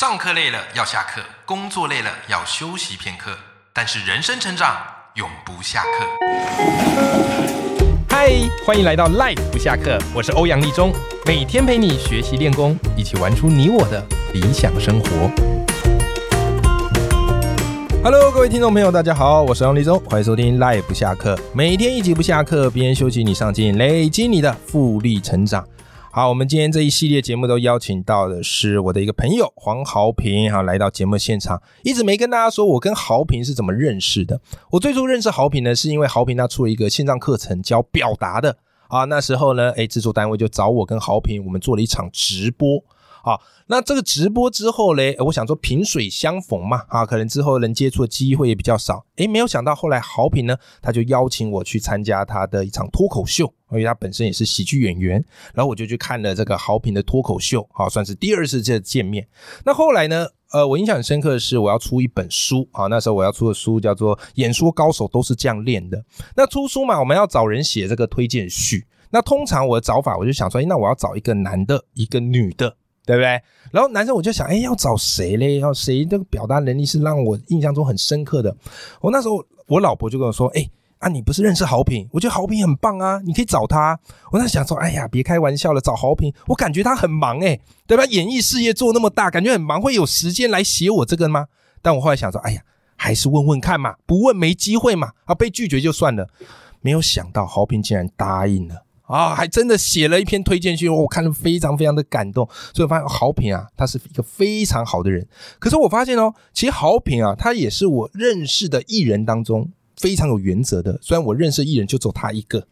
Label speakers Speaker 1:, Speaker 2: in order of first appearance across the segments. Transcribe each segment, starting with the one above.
Speaker 1: 上课累了要下课，工作累了要休息片刻，但是人生成长永不下课。嗨，欢迎来到 Life 不下课，我是欧阳立中，每天陪你学习练功，一起玩出你我的理想生活。Hello， 各位听众朋友，大家好，我是欧阳立中，欢迎收听 Life 不下课，每天一集不下课，边休息你上进，累积你的复利成长。好，我们今天这一系列节目都邀请到的是我的一个朋友黄豪平，来到节目现场。一直没跟大家说我跟豪平是怎么认识的。我最初认识豪平呢，是因为豪平他出了一个线上课程教表达的那时候呢制作单位就找我跟豪平，我们做了一场直播。那这个直播之后呢，我想说萍水相逢嘛，可能之后能接触的机会也比较少。没有想到后来豪平呢，他就邀请我去参加他的一场脱口秀，因为他本身也是喜剧演员，然后我就去看了这个豪平的脱口秀，算是第二次见面。那后来呢，我印象很深刻的是我要出一本书，那时候我要出的书叫做《演说高手都是这样练的》。那出书嘛，我们要找人写这个推荐序。那通常我的找法，我就想说，那我要找一个男的，一个女的，对不对？然后男生我就想，要找谁嘞？要谁这个表达能力是让我印象中很深刻的？我那时候我老婆就跟我说，你不是认识豪平？我觉得豪平很棒啊，你可以找他。我在想说，别开玩笑了，找豪平，我感觉他很忙对吧？演艺事业做那么大，感觉很忙，会有时间来写我这个吗？但我后来想说，还是问问看嘛，不问没机会嘛，被拒绝就算了。没有想到豪平竟然答应了。还真的写了一篇推荐序，我看了非常非常的感动，所以我发现豪平他是一个非常好的人。可是我发现其实豪平他也是我认识的艺人当中非常有原则的，虽然我认识的艺人就只有他一个。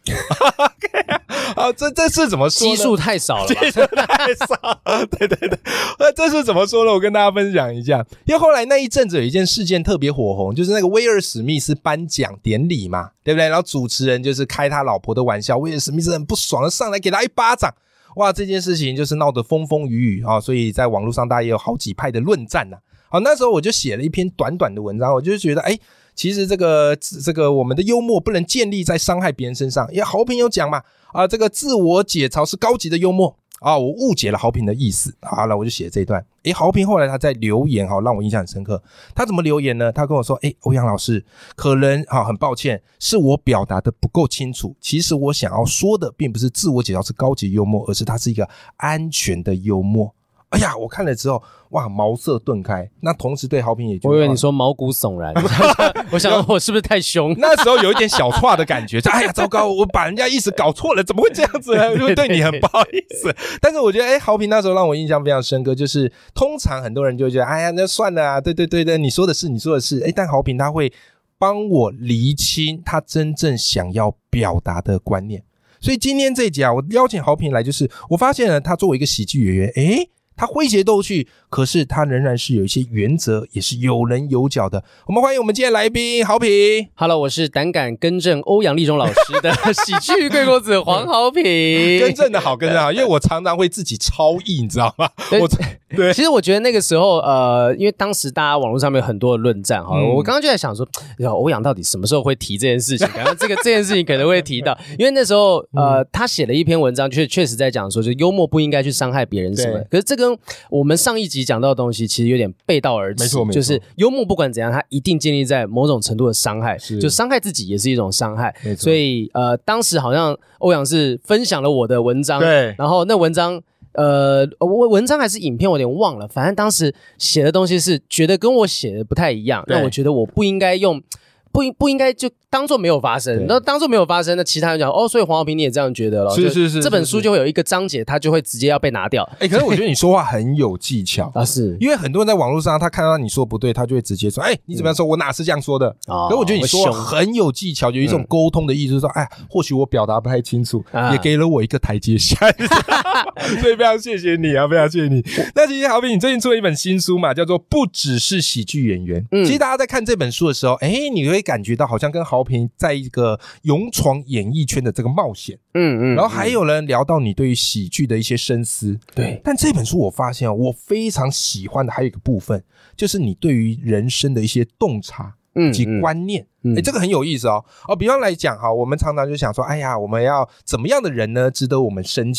Speaker 1: 这是怎么说呢？
Speaker 2: 基数太少了吧？
Speaker 1: 基数太少，对，这是怎么说呢？我跟大家分享一下。因为后来那一阵子有一件事件特别火红，就是那个威尔史密斯颁奖典礼嘛，对不对？然后主持人就是开他老婆的玩笑，威尔史密斯很不爽的上来给他一巴掌。哇，这件事情就是闹得风风雨雨所以在网络上大家也有好几派的论战那时候我就写了一篇短短的文章，我就觉得其实这个我们的幽默不能建立在伤害别人身上，因为豪平有讲嘛，这个自我解嘲是高级的幽默我误解了豪平的意思。好了，我就写这一段。豪平后来他在留言让我印象很深刻。他怎么留言呢？他跟我说，欧阳老师，可能很抱歉，是我表达的不够清楚。其实我想要说的并不是自我解嘲是高级幽默，而是它是一个安全的幽默。我看了之后，哇，茅塞顿开。那同时对豪平也觉得，
Speaker 2: 我以为你说毛骨悚然，我想我是不是太凶？
Speaker 1: 那时候有一点小岔的感觉，糟糕，我把人家意思搞错了，怎么会这样子呢？就对你很不好意思。但是我觉得，豪平那时候让我印象非常深刻，就是通常很多人就会觉得，那算了对，你说的是，但豪平他会帮我厘清他真正想要表达的观念。所以今天这一集我邀请豪平来，就是我发现了他作为一个喜剧演员，他诙谐逗趣，可是他仍然是有一些原则，也是有棱有角的。我们欢迎我们今天来宾豪平。
Speaker 2: Hello， 我是胆敢更正欧阳立中老师的喜剧贵公子黄豪平。
Speaker 1: 更正的好，因为我常常会自己超译，你知道吗？对，
Speaker 2: 其实我觉得那个时候，因为当时大家网络上面有很多的论战我刚刚就在想说，欧阳到底什么时候会提这件事情？然后这件事情可能会提到，因为那时候他写了一篇文章，确实在讲说，就幽默不应该去伤害别人什么的。可是这跟我们上一集讲到的东西其实有点背道而驰。没错，就是幽默不管怎样，它一定建立在某种程度的伤害，就伤害自己也是一种伤害。所以当时好像欧阳是分享了我的文章，对，然后那文章文章还是影片我有点忘了，反正当时写的东西是觉得跟我写的不太一样，那我觉得我不应该用不应该就当作没有发生，那当作没有发生，那其他人讲所以黄豪平你也这样觉得了，是这本书就会有一个章节，它就会直接要被拿掉。
Speaker 1: 可是我觉得你说话很有技巧
Speaker 2: 是
Speaker 1: 因为很多人在网络上他看到你说不对，他就会直接说你怎么样说，我哪是这样说的可是我觉得你说话很有技巧，有一种沟通的意思，说或许我表达不太清楚也给了我一个台阶下所以非常谢谢你非常谢谢你。那其实豪平你最近出了一本新书嘛，叫做不只是喜剧演员其实大家在看这本书的时候你会感觉到好像跟豪平在一个勇闯演艺圈的这个冒险然后还有人聊到你对于喜剧的一些深思。对，但这本书我发现我非常喜欢的还有一个部分，就是你对于人生的一些洞察以及观念这个很有意思比方来讲我们常常就想说我们要怎么样的人呢值得我们深交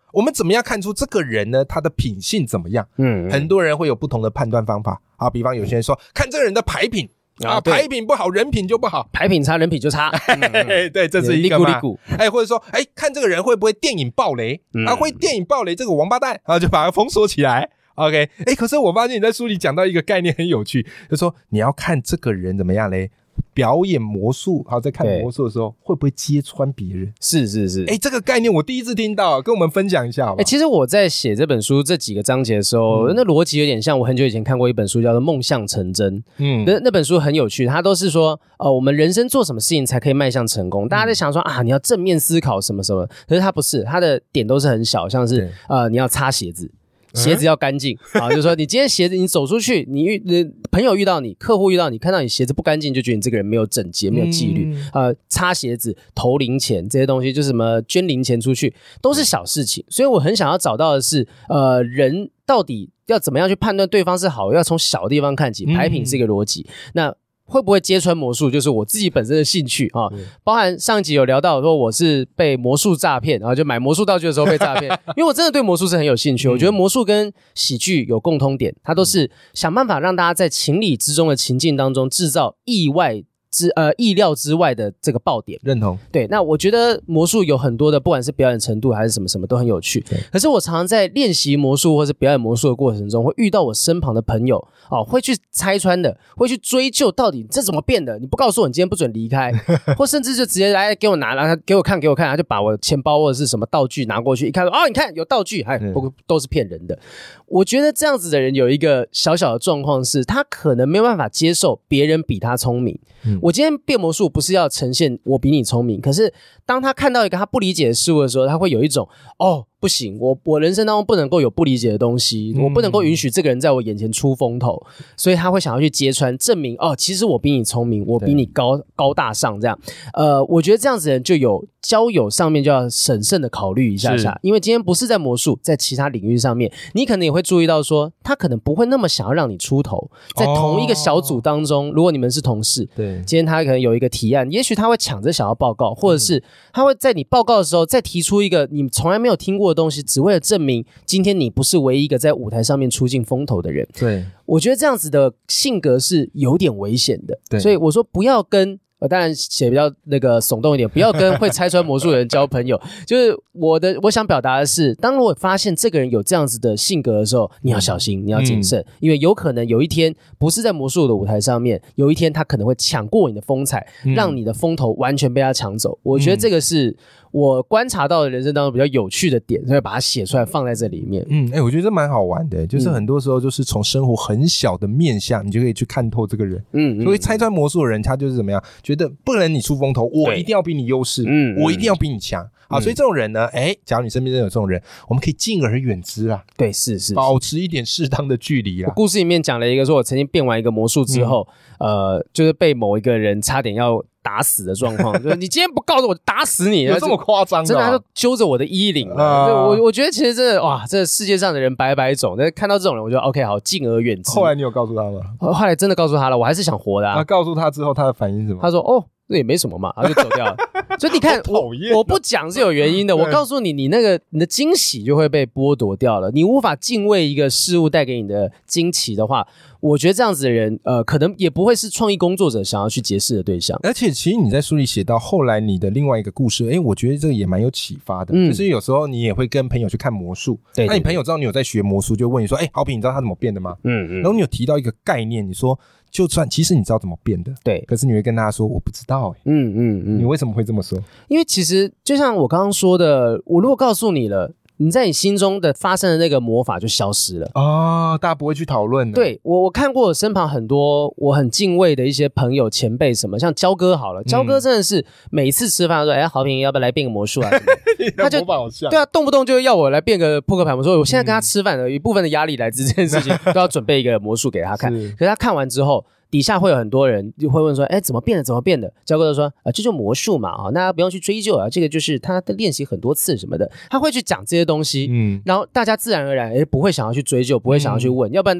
Speaker 1: 我们怎么样看出这个人呢他的品性怎么样？很多人会有不同的判断方法啊，比方有些人说看这个人的牌品啊，牌品不好，人品就不好，
Speaker 2: 牌品差，人品就差。
Speaker 1: 对，这是一个嘛。或者说，看这个人会不会电影爆雷啊？会电影爆雷，这个王八蛋啊，就把他封锁起来。OK， 可是我发现你在书里讲到一个概念很有趣，就是说你要看这个人怎么样嘞？表演魔术，好，在看魔术的时候会不会揭穿别人？
Speaker 2: 是，
Speaker 1: 这个概念我第一次听到，跟我们分享一下好不好？
Speaker 2: 其实我在写这本书这几个章节的时候，那逻辑有点像我很久以前看过一本书叫做《梦想成真》。那本书很有趣，它都是说我们人生做什么事情才可以迈向成功？大家在想说你要正面思考什么什么，可是它不是，它的点都是很小，像是你要擦鞋子。鞋子要干净啊，就是说你今天鞋子你走出去，你朋友遇到你，客户遇到你，看到你鞋子不干净，就觉得你这个人没有整洁，没有纪律。擦鞋子、投零钱这些东西，就是什么捐零钱出去，都是小事情。所以我很想要找到的是，人到底要怎么样去判断对方是好，要从小的地方看起。牌品是一个逻辑，那会不会揭穿魔术，就是我自己本身的兴趣啊。包含上集有聊到说我是被魔术诈骗，然后就买魔术道具的时候被诈骗，因为我真的对魔术是很有兴趣。我觉得魔术跟喜剧有共通点，它都是想办法让大家在情理之中的情境当中制造意料之外的这个爆点。
Speaker 1: 认同。
Speaker 2: 对，那我觉得魔术有很多的，不管是表演程度还是什么什么都很有趣。可是我常常在练习魔术或是表演魔术的过程中，会遇到我身旁的朋友会去拆穿的，会去追究到底这怎么变的？你不告诉我，你今天不准离开，或甚至就直接来给我拿，然后给我看，他就把我钱包或者是什么道具拿过去，一看说你看有道具，都是骗人的。我觉得这样子的人有一个小小的状况是，他可能没有办法接受别人比他聪明。我今天变魔术不是要呈现我比你聪明，可是当他看到一个他不理解的事物的时候，他会有一种不行，我人生当中不能够有不理解的东西，我不能够允许这个人在我眼前出风头，所以他会想要去揭穿，证明其实我比你聪明，我比你高大上这样。我觉得这样子的人就有交友上面就要审慎的考虑一下，因为今天不是在魔术，在其他领域上面，你可能也会注意到说，他可能不会那么想要让你出头，在同一个小组当中，如果你们是同事，对，今天他可能有一个提案，也许他会抢着想要报告，或者是他会在你报告的时候再提出一个你从来没有听过的东西，只为了证明今天你不是唯一一个在舞台上面出尽风头的人。对，我觉得这样子的性格是有点危险的。对，所以我说不要跟当然写比较那个耸动一点，不要跟会拆穿魔术的人交朋友。就是我想表达的是，当如果发现这个人有这样子的性格的时候，你要小心，你要谨慎，因为有可能有一天不是在魔术的舞台上面，有一天他可能会抢过你的风采，让你的风头完全被他抢走。我觉得这个是我观察到的人生当中比较有趣的点，所以把它写出来放在这里面。
Speaker 1: 我觉得这蛮好玩的，就是很多时候就是从生活很小的面向，你就可以去看透这个人。所以拆穿魔术的人，他就是怎么样，觉得不能你出风头，我一定要比你优势，我一定要比你强。好，所以这种人呢，假如你身边真的有这种人，我们可以敬而远之啊。
Speaker 2: 对，是，
Speaker 1: 保持一点适当的距离啊。
Speaker 2: 我故事里面讲了一个，说我曾经变完一个魔术之后，就是被某一个人差点要打死的状况，就是你今天不告诉我打死你，
Speaker 1: 有这么夸张的？
Speaker 2: 真的，他就揪着我的衣领。我觉得其实真的哇，这世界上的人百百种，但看到这种人，我就 OK 好，敬而远之。
Speaker 1: 后来你有告诉他吗？
Speaker 2: 后来真的告诉他了，我还是想活的啊。
Speaker 1: 告诉他之后，他的反应是什么？
Speaker 2: 他说这也没什么嘛，然后就走掉了。所以你看，我不讲是有原因的。我告诉你，你的惊喜就会被剥夺掉了。你无法敬畏一个事物带给你的惊奇的话，我觉得这样子的人，可能也不会是创意工作者想要去结识的对象。
Speaker 1: 而且，其实你在书里写到后来你的另外一个故事，我觉得这个也蛮有启发的。就是有时候你也会跟朋友去看魔术，那你朋友知道你有在学魔术，就问你说：“好比你知道他怎么变的吗？”然后你有提到一个概念，你说就算其实你知道怎么变的，对，可是你会跟他说我不知道。你为什么会这么说？
Speaker 2: 因为其实就像我刚刚说的，我如果告诉你了，你在你心中的发生的那个魔法就消失了
Speaker 1: 大家不会去讨论。
Speaker 2: 对，我看过我身旁很多我很敬畏的一些朋友前辈，什么像焦哥好了，焦哥真的是每一次吃饭说豪平要不要来变个魔术啊他就对啊，动不动就要我来变个扑克牌。我说我现在跟他吃饭的一部分的压力来自这件事情都要准备一个魔术给他看。可是他看完之后，底下会有很多人就会问说怎么变的？焦哥就说这就魔术嘛那不用去追究啊，这个就是他的练习很多次什么的，他会去讲这些东西然后大家自然而然不会想要去追究，不会想要去问要不然大家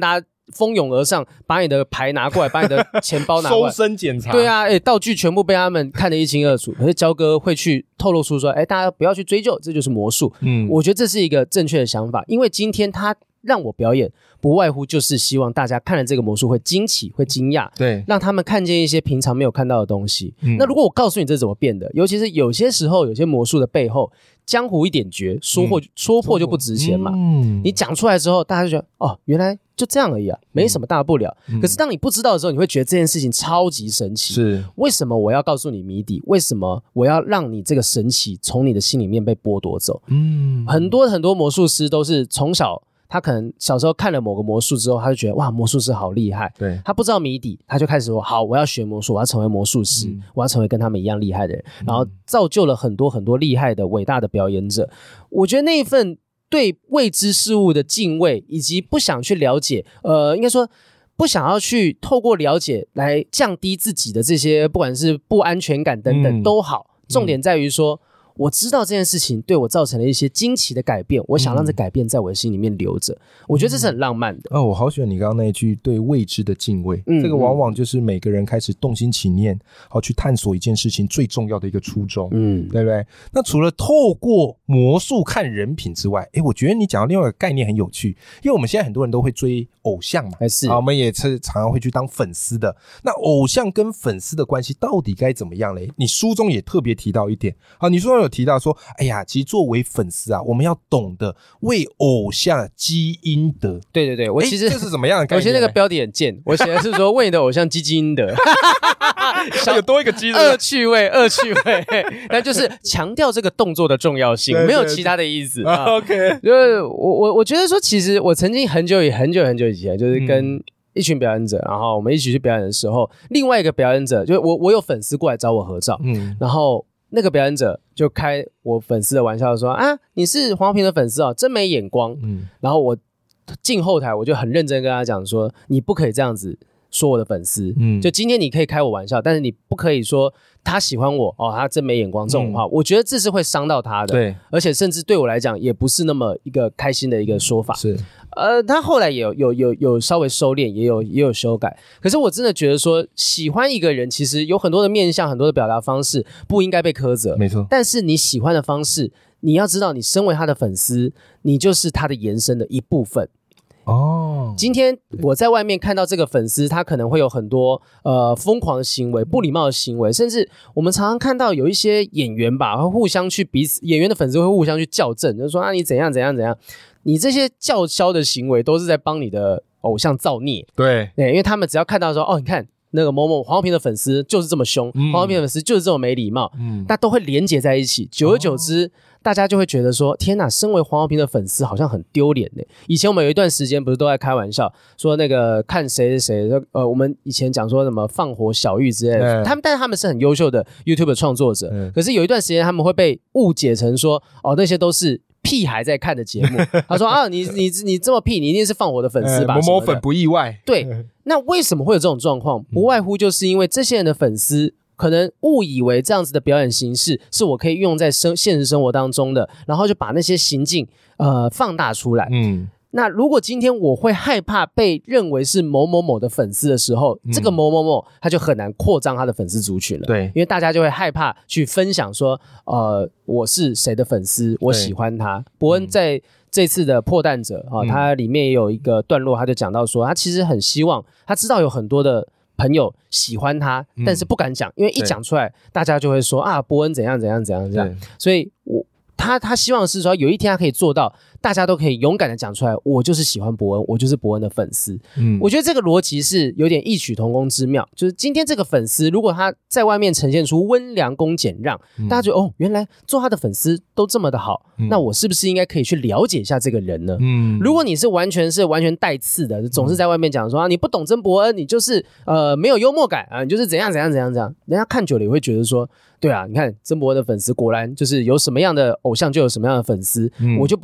Speaker 2: 蜂拥而上，把你的牌拿过来，把你的钱包拿过来，
Speaker 1: 搜身检查。
Speaker 2: 对啊，道具全部被他们看得一清二楚。可是焦哥会去透露出说，大家不要去追究，这就是魔术。我觉得这是一个正确的想法，因为今天他让我表演，不外乎就是希望大家看了这个魔术会惊奇、会惊讶，
Speaker 1: 对，
Speaker 2: 让他们看见一些平常没有看到的东西。那如果我告诉你这怎么变的，尤其是有些时候，有些魔术的背后，江湖一点诀，说破就不值钱嘛。你讲出来之后，大家就觉得原来就这样而已啊，没什么大不了。可是当你不知道的时候，你会觉得这件事情超级神奇。
Speaker 1: 是
Speaker 2: 为什么我要告诉你谜底？为什么我要让你这个神奇从你的心里面被剥夺走？很多魔术师都是从小。他可能小时候看了某个魔术之后，他就觉得哇，魔术师好厉害。
Speaker 1: 对，
Speaker 2: 他不知道谜底，他就开始说好，我要学魔术，我要成为魔术师，我要成为跟他们一样厉害的人，然后造就了很多很多厉害的伟大的表演者。我觉得那一份对未知事物的敬畏，以及不想去了解，应该说不想要去透过了解来降低自己的这些不管是不安全感等等都好，重点在于说。我知道这件事情对我造成了一些惊奇的改变，我想让这改变在我的心里面留着。我觉得这是很浪漫的。
Speaker 1: 我好喜欢你刚刚那一句对未知的敬畏，这个往往就是每个人开始动心起念，去探索一件事情最重要的一个初衷，对不对？那除了透过魔术看人品之外，我觉得你讲到另外一个概念很有趣，因为我们现在很多人都会追偶像嘛，我们也是常常会去当粉丝的。那偶像跟粉丝的关系到底该怎么样嘞？你书中也特别提到一点，你书中有提到说，其实作为粉丝啊，我们要懂得为偶像积阴德。
Speaker 2: 对对对，我其实
Speaker 1: 这是怎么样的概念？
Speaker 2: 我其实那个标题很贱，我写的是说为你的偶像积阴德，
Speaker 1: 有多一个积
Speaker 2: 恶趣味，那就是强调这个动作的重要性，没有其他的意思。
Speaker 1: OK，
Speaker 2: 就是我觉得说，其实我曾经很久以前，就是跟一群表演者，然后我们一起去表演的时候，另外一个表演者，就我有粉丝过来找我合照，然后。那个表演者就开我粉丝的玩笑说你是黄豪平的粉丝真没眼光。然后我进后台我就很认真跟他讲说，你不可以这样子说我的粉丝，就今天你可以开我玩笑，但是你不可以说他喜欢我他真没眼光这种话，我觉得这是会伤到他的。对，而且甚至对我来讲也不是那么一个开心的一个说法。是。他后来也有稍微收敛，也有修改。可是我真的觉得说，喜欢一个人其实有很多的面向，很多的表达方式，不应该被苛责。没错。但是你喜欢的方式，你要知道，你身为他的粉丝，你就是他的延伸的一部分。今天我在外面看到这个粉丝，他可能会有很多疯狂的行为、不礼貌的行为，甚至我们常常看到有一些演员吧，会互相去彼此演员的粉丝会互相去校正，就是说你怎样怎样怎样，你这些叫嚣的行为都是在帮你的偶像造孽。对，因为他们只要看到说你看。那个某某黄豪平的粉丝就是这么凶，黄豪平的粉丝就是这么没礼貌，大家都会连结在一起，久而久之，大家就会觉得说，天哪，身为黄豪平的粉丝好像很丢脸呢。以前我们有一段时间不是都在开玩笑说那个看谁我们以前讲说什么放火小玉之类的，但是他们是很优秀的 YouTube 的创作者，可是有一段时间他们会被误解成说那些都是屁孩在看的节目。他说你这么屁，你一定是放火的粉丝吧？
Speaker 1: 某某粉不意外。
Speaker 2: 对，那为什么会有这种状况？不外乎就是因为这些人的粉丝可能误以为这样子的表演形式是我可以用在现实生活当中的，然后就把那些行径放大出来。那如果今天我会害怕被认为是某某某的粉丝的时候，这个某某某他就很难扩张他的粉丝族群了。对，因为大家就会害怕去分享说，我是谁的粉丝，我喜欢他。伯恩在这次的破蛋者他里面也有一个段落，他就讲到说，他其实很希望，他知道有很多的朋友喜欢他，但是不敢讲，因为一讲出来，大家就会说伯恩怎样怎样怎样怎样。所以他希望是说，有一天他可以做到，大家都可以勇敢的讲出来，我就是喜欢伯恩，我就是伯恩的粉丝。我觉得这个逻辑是有点异曲同工之妙，就是今天这个粉丝如果他在外面呈现出温良恭俭让，大家觉得原来做他的粉丝都这么的好，那我是不是应该可以去了解一下这个人呢？如果你是完全带刺的，总是在外面讲说你不懂曾伯恩，你就是没有幽默感你就是怎样怎样怎样怎样，人家看久了也会觉得说，对啊，你看曾伯恩的粉丝果然就是有什么样的偶像就有什么样的粉丝，我就不会想去了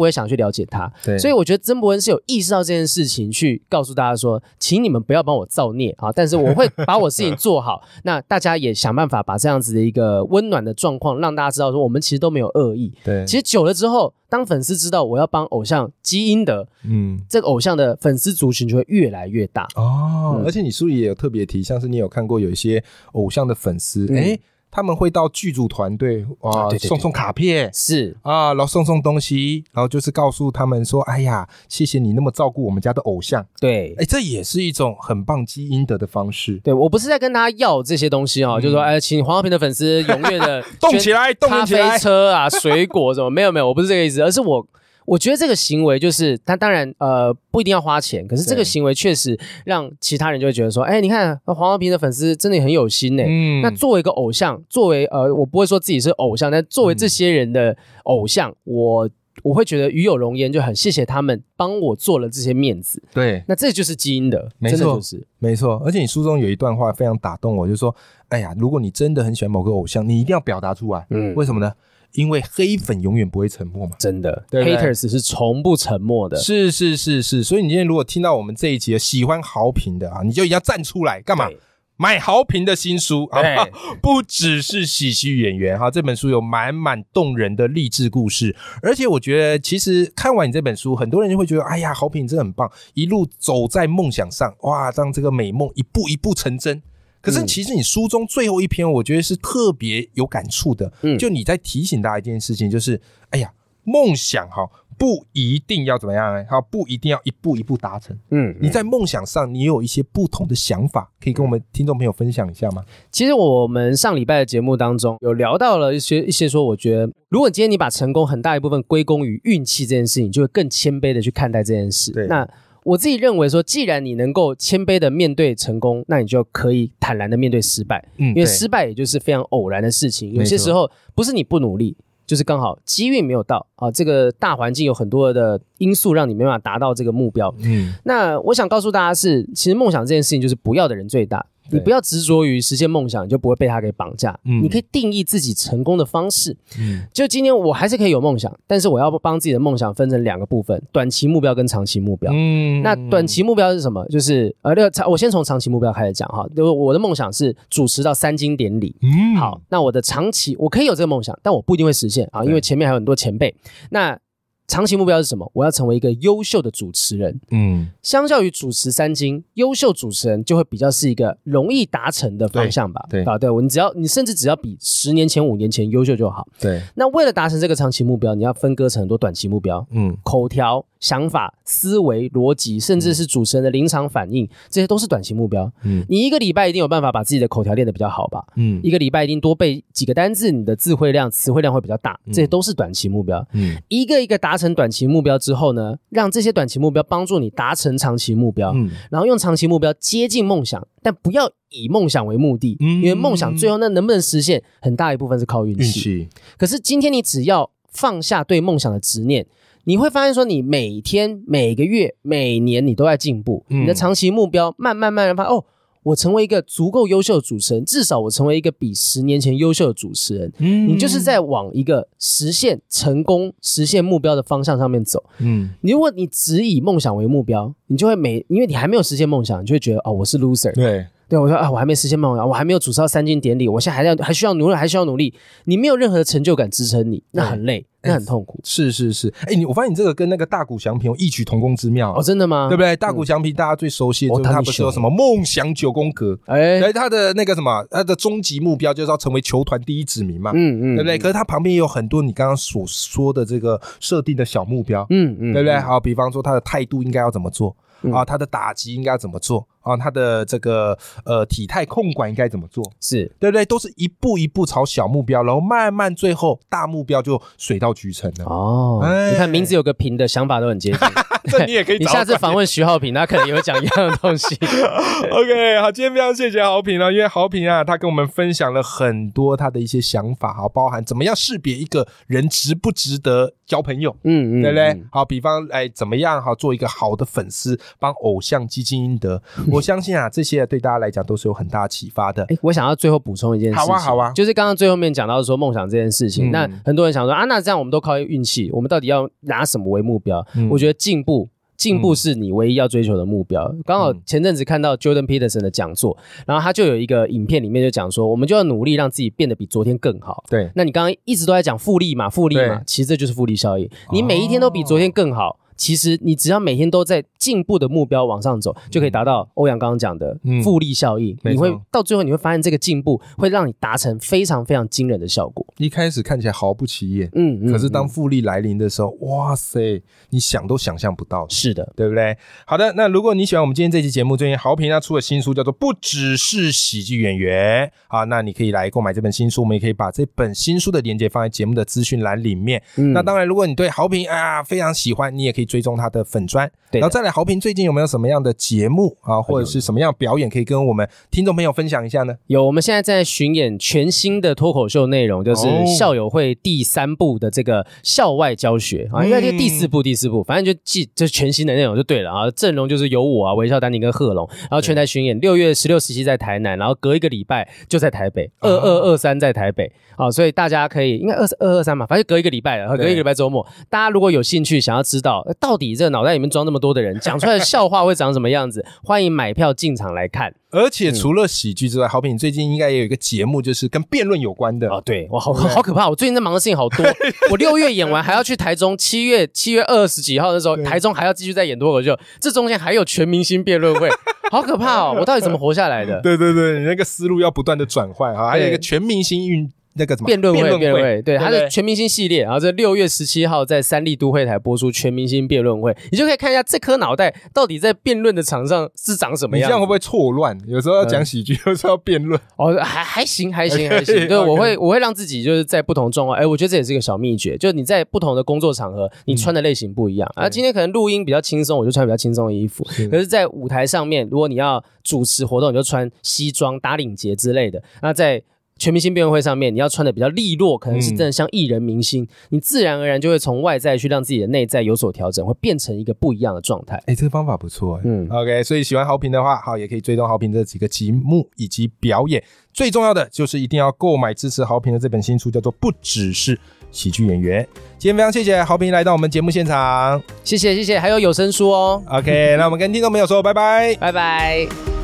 Speaker 2: 了解他。
Speaker 1: 对，
Speaker 2: 所以我觉得曾伯恩是有意识到这件事情，去告诉大家说，请你们不要帮我造孽啊，但是我会把我事情做好。那大家也想办法把这样子的一个温暖的状况，让大家知道说，我们其实都没有恶意。
Speaker 1: 对，
Speaker 2: 其实久了之后，当粉丝知道我要帮偶像积阴德，这个偶像的粉丝族群就会越来越大。
Speaker 1: 而且你书里也有特别提，像是你有看过有一些偶像的粉丝，他们会到剧组团队送卡片，
Speaker 2: 是
Speaker 1: 啊，然后送东西，然后就是告诉他们说，哎呀，谢谢你那么照顾我们家的偶像。
Speaker 2: 对，
Speaker 1: 这也是一种很棒积阴德的方式。
Speaker 2: 对，我不是在跟他要这些东西就是说，请黄浩平的粉丝踊跃的
Speaker 1: 动起来，
Speaker 2: 咖啡车啊，水果什么，没有，我不是这个意思，而是我觉得这个行为就是他当然不一定要花钱，可是这个行为确实让其他人就会觉得说，你看黄浩平的粉丝真的很有心那作为一个偶像，作为我不会说自己是偶像，但作为这些人的偶像，我会觉得与有荣焉，就很谢谢他们帮我做了这些面子。对，那这就是基因的，
Speaker 1: 没错，
Speaker 2: 真的就是
Speaker 1: 没错。而且你书中有一段话非常打动我，就是说，哎呀，如果你真的很喜欢某个偶像，你一定要表达出来。为什么呢？因为黑粉永远不会沉默嘛，
Speaker 2: 真的，对 ，haters 是从不沉默的，
Speaker 1: 是，所以你今天如果听到我们这一集喜欢豪平的你就一定要站出来，干嘛？买豪平的新书，不只是喜剧演员这本书有满满动人的励志故事，而且我觉得其实看完你这本书，很多人就会觉得，哎呀，豪平真的很棒，一路走在梦想上，哇，让这个美梦一步一步成真。可是其实你书中最后一篇我觉得是特别有感触的，就你在提醒大家一件事情，就是哎呀，梦想不一定要怎么样不一定要一步一步达成。你在梦想上你有一些不同的想法，可以跟我们听众朋友分享一下吗？
Speaker 2: 其实我们上礼拜的节目当中有聊到了一些说，我觉得如果今天你把成功很大一部分归功于运气这件事情，就会更谦卑的去看待这件事。对，那我自己认为说，既然你能够谦卑的面对成功，那你就可以坦然的面对失败，因为失败也就是非常偶然的事情，有些时候不是你不努力，就是刚好机运没有到这个大环境有很多的因素让你没办法达到这个目标。那我想告诉大家是，其实梦想这件事情就是不要的人最大，你不要执着于实现梦想，你就不会被他给绑架。你可以定义自己成功的方式。就今天我还是可以有梦想，但是我要帮自己的梦想分成2个部分，短期目标跟长期目标。那短期目标是什么？就是我先从长期目标开始讲我的梦想是主持到3金典礼。好，那我的长期我可以有这个梦想，但我不一定会实现因为前面还有很多前辈。那长期目标是什么？我要成为一个优秀的主持人。相较于主持3金，优秀主持人就会比较是一个容易达成的方向吧。对，你甚至只要比10年前、5年前优秀就好。对，那为了达成这个长期目标，你要分割成很多短期目标。口条、想法、思维、逻辑，甚至是主持人的临场反应，这些都是短期目标。你一个礼拜一定有办法把自己的口条练得比较好吧？一个礼拜一定多背几个单字，你的词汇量会比较大，这些都是短期目标。一个一个达成短期目标之后呢，让这些短期目标帮助你达成长期目标，然后用长期目标接近梦想，但不要以梦想为目的，因为梦想最后那能不能实现，很大一部分是靠运气。可是今天你只要放下对梦想的执念，你会发现说，你每天、每个月、每年你都在进步。你的长期目标慢慢发现我成为一个足够优秀的主持人，至少我成为一个比10年前优秀的主持人。你就是在往一个实现成功、实现目标的方向上面走。如果你只以梦想为目标，你就会因为你还没有实现梦想，你就会觉得我是 loser。对，我说我还没实现梦想，我还没有主持到3金典礼，我现在还需要努力，你没有任何的成就感支撑你，那很累，那很痛苦。是，
Speaker 1: 我发现你这个跟那个大谷翔平有异曲同工之妙。
Speaker 2: 真的吗？
Speaker 1: 对不对？大谷翔平大家最熟悉的就是他不是有什么梦想9宫格，他的那个什么，他的终极目标就是要成为球团第1指名嘛，对不对？可是他旁边也有很多你刚刚所说的这个设定的小目标，对不对？好，比方说他的态度应该要怎么做。他的打击应该要怎么做他的这个体态控管应该怎么做，是对不对？都是一步一步朝小目标，然后慢慢最后大目标就水到渠成了。
Speaker 2: 你看名字有个平的想法都很接近。
Speaker 1: 这你也可以找。
Speaker 2: 你下次访问徐浩平，他可能也会讲一样的东西。
Speaker 1: OK， 好，今天非常谢谢豪平因为豪平他跟我们分享了很多他的一些想法包含怎么样识别一个人值不值得交朋友，对不对？好，比方怎么样做一个好的粉丝，帮偶像积阴德。我我相信啊，这些对大家来讲都是有很大启发的。
Speaker 2: 我想要最后补充一件事情，
Speaker 1: 好啊，
Speaker 2: 就是刚刚最后面讲到说梦想这件事情，那很多人想说啊，那这样我们都靠运气，我们到底要拿什么为目标？我觉得进步是你唯一要追求的目标。刚好前阵子看到 Jordan Peterson 的讲座，然后他就有一个影片里面就讲说，我们就要努力让自己变得比昨天更好。
Speaker 1: 对，
Speaker 2: 那你刚刚一直都在讲复利嘛，其实这就是复利效应。你每一天都比昨天更好，其实你只要每天都在进步的目标往上走，就可以达到欧阳刚刚讲的复利效应。你会到最后你会发现这个进步会让你达成非常非常惊人的效果。
Speaker 1: 一开始看起来毫不起眼，可是当复利来临的时候，哇塞，你想都想象不到。
Speaker 2: 是的，
Speaker 1: 对不对？好的，那如果你喜欢我们今天这期节目，最近豪平他出了新书叫做《不只是喜剧演员》啊，那你可以来购买这本新书，我们也可以把这本新书的连结放在节目的资讯栏里面。那当然，如果你对豪平非常喜欢，你也可以追踪他的粉专。然后再来，豪平最近有没有什么样的节目啊，或者是什么样的表演可以跟我们听众朋友分享一下呢？
Speaker 2: 有，我们现在在巡演全新的脱口秀内容，就是校友会第3部的这个校外教学啊，应该是第4部，反正就全新的内容就对了啊。阵容就是有我啊，微笑丹尼跟贺龙，然后全台巡演，6月16、17在台南，然后隔一个礼拜就在台北，22、23在台北啊，所以大家可以应该22、23嘛，反正隔一个礼拜了，隔一个礼拜周末，大家如果有兴趣想要知道到底这个脑袋里面装那么多的人讲出来的笑话会长什么样子，欢迎买票进场来看。
Speaker 1: 而且除了喜剧之外，豪平你最近应该也有一个节目，就是跟辩论有关的。
Speaker 2: 对，哇，好可怕！我最近在忙的事情好多。我6月演完还要去台中，7月20几号的时候，台中还要继续再演脱口秀，这中间还有全明星辩论会，好可怕哦！我到底怎么活下来的？
Speaker 1: 对，你那个思路要不断的转换啊，还有一个全明星那个什么
Speaker 2: 辩论会，对，它是全明星系列，然后在6月17号在三立都会台播出全明星辩论会，你就可以看一下这颗脑袋到底在辩论的场上是长什么样子。
Speaker 1: 你这样会不会错乱？有时候要讲喜剧，有时候要辩论。
Speaker 2: 还行。对，我会让自己就是在不同状况，我觉得这也是一个小秘诀，就是你在不同的工作场合，你穿的类型不一样。今天可能录音比较轻松，我就穿比较轻松的衣服。可是，在舞台上面，如果你要主持活动，你就穿西装、打领结之类的。那在全明星辩论会上面，你要穿的比较利落，可能是真的像艺人明星，你自然而然就会从外在去让自己的内在有所调整，会变成一个不一样的状态。
Speaker 1: 这个方法不错。OK， 所以喜欢豪平的话，好，也可以追踪豪平这几个节目以及表演。最重要的就是一定要购买支持豪平的这本新书，叫做《不只是喜剧演员》。今天非常谢谢豪平来到我们节目现场，
Speaker 2: 谢谢，还有有声书哦。
Speaker 1: OK， 那我们跟听众朋友说拜拜，
Speaker 2: 拜拜。